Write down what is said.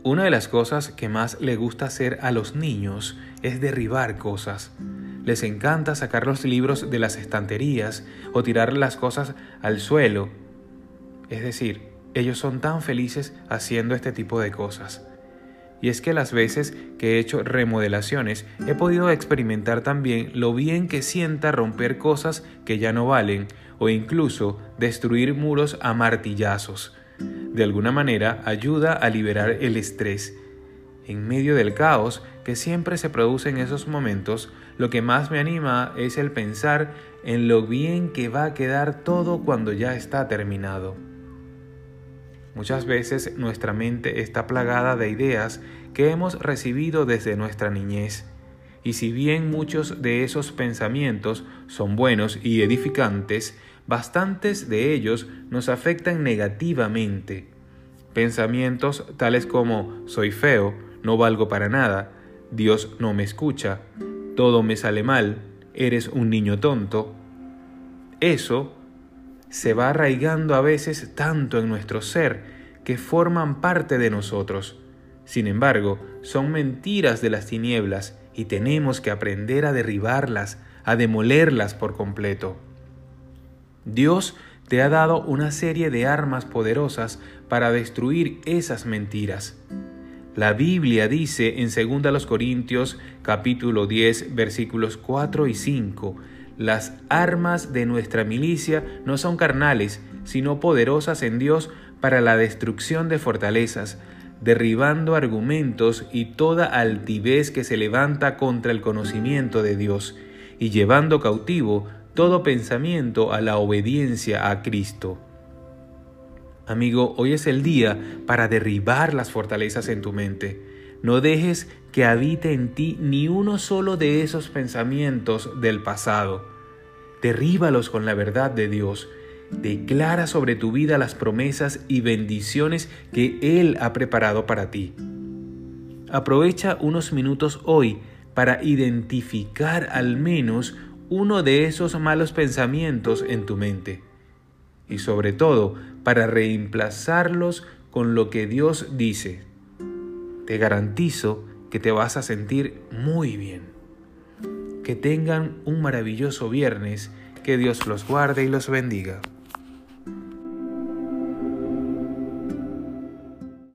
Una de las cosas que más le gusta hacer a los niños es derribar cosas. Les encanta sacar los libros de las estanterías o tirar las cosas al suelo. Es decir, ellos son tan felices haciendo este tipo de cosas. Y es que las veces que he hecho remodelaciones he podido experimentar también lo bien que sienta romper cosas que ya no valen o incluso destruir muros a martillazos. De alguna manera ayuda a liberar el estrés. En medio del caos que siempre se produce en esos momentos, lo que más me anima es el pensar en lo bien que va a quedar todo cuando ya está terminado. Muchas veces nuestra mente está plagada de ideas que hemos recibido desde nuestra niñez. Y si bien muchos de esos pensamientos son buenos y edificantes, bastantes de ellos nos afectan negativamente. Pensamientos tales como soy feo, no valgo para nada, Dios no me escucha, todo me sale mal, eres un niño tonto. Eso se va arraigando a veces tanto en nuestro ser que forman parte de nosotros. Sin embargo, son mentiras de las tinieblas y tenemos que aprender a derribarlas, a demolerlas por completo. Dios te ha dado una serie de armas poderosas para destruir esas mentiras. La Biblia dice en 2 Corintios capítulo 10 versículos 4 y 5: las armas de nuestra milicia no son carnales, sino poderosas en Dios para la destrucción de fortalezas, derribando argumentos y toda altivez que se levanta contra el conocimiento de Dios, y llevando cautivo todo pensamiento a la obediencia a Cristo. Amigo, hoy es el día para derribar las fortalezas en tu mente. No dejes que habite en ti ni uno solo de esos pensamientos del pasado. Derríbalos con la verdad de Dios. Declara sobre tu vida las promesas y bendiciones que Él ha preparado para ti. Aprovecha unos minutos hoy para identificar al menos uno de esos malos pensamientos en tu mente. Y sobre todo, para reemplazarlos con lo que Dios dice. Te garantizo que te vas a sentir muy bien. Que tengan un maravilloso viernes, que Dios los guarde y los bendiga.